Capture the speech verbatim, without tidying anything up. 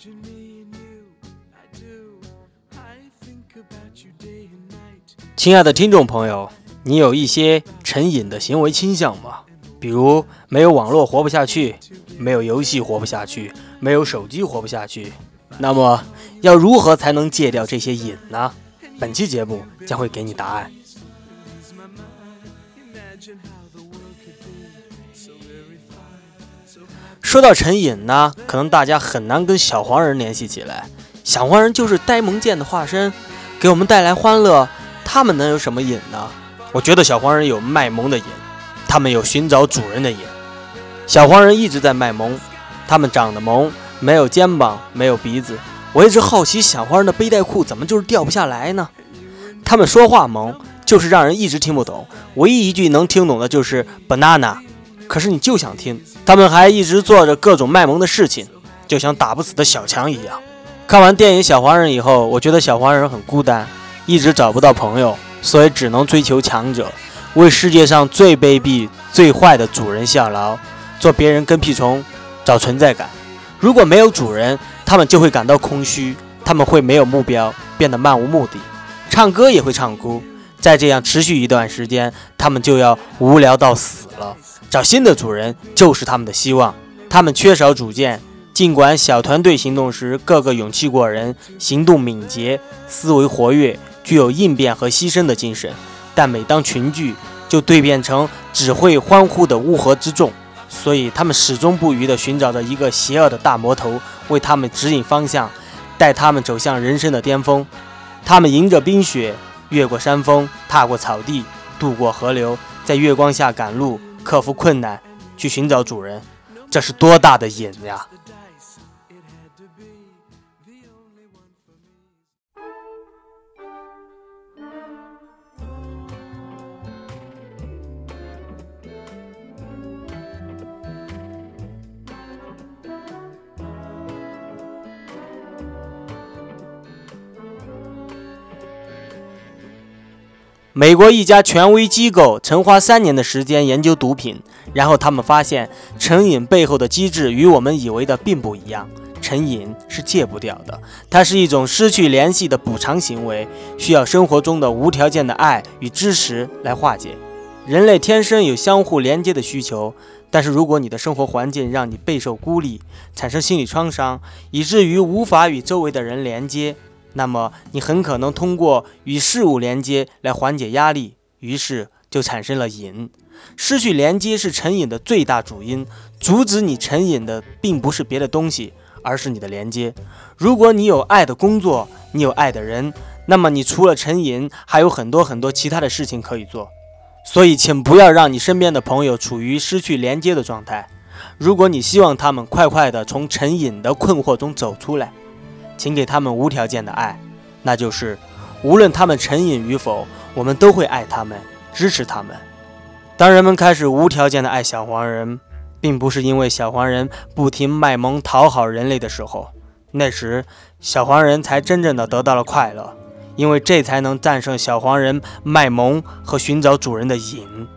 亲爱的听众朋友，你有一些成瘾的行为倾向吗？比如没有网络活不下去，没有游戏活不下去，没有手机活不下去。那么要如何才能戒掉这些瘾呢？本期节目将会给你答案。说到成瘾呢，可能大家很难跟小黄人联系起来。小黄人就是呆萌贱的化身，给我们带来欢乐，他们能有什么瘾呢？我觉得小黄人有卖萌的瘾，他们有寻找主人的瘾。小黄人一直在卖萌，他们长得萌，没有肩膀，没有鼻子。我一直好奇小黄人的背带裤怎么就是掉不下来呢？他们说话萌，就是让人一直听不懂，唯一一句能听懂的就是 banana， 可是你就想听。他们还一直做着各种卖萌的事情，就像打不死的小强一样。看完电影《小黄人》以后，我觉得小黄人很孤单，一直找不到朋友，所以只能追求强者，为世界上最卑鄙最坏的主人效劳，做别人跟屁虫，找存在感。如果没有主人，他们就会感到空虚，他们会没有目标，变得漫无目的，唱歌也会唱哭。再这样持续一段时间，他们就要无聊到死了。找新的主人就是他们的希望。他们缺少主见，尽管小团队行动时个个勇气过人，行动敏捷，思维活跃，具有应变和牺牲的精神，但每当群聚就蜕变成只会欢呼的乌合之众。所以他们始终不渝地寻找着一个邪恶的大魔头，为他们指引方向，带他们走向人生的巅峰。他们迎着冰雪，越过山峰，踏过草地，渡过河流，在月光下赶路，克服困难，去寻找主人。这是多大的瘾呀！美国一家权威机构曾花三年的时间研究毒品，然后他们发现成瘾背后的机制与我们以为的并不一样。成瘾是戒不掉的，它是一种失去联系的补偿行为，需要生活中的无条件的爱与支持来化解。人类天生有相互连接的需求，但是如果你的生活环境让你备受孤立，产生心理创伤，以至于无法与周围的人连接，那么你很可能通过与事物连接来缓解压力，于是就产生了瘾。失去连接是成瘾的最大主因，阻止你成瘾的并不是别的东西，而是你的连接。如果你有爱的工作，你有爱的人，那么你除了成瘾，还有很多很多其他的事情可以做。所以请不要让你身边的朋友处于失去连接的状态。如果你希望他们快快地从成瘾的困惑中走出来，请给他们无条件的爱，那就是无论他们成瘾与否，我们都会爱他们，支持他们。当人们开始无条件的爱小黄人，并不是因为小黄人不停卖萌讨好人类的时候，那时小黄人才真正的得到了快乐，因为这才能战胜小黄人卖萌和寻找主人的瘾。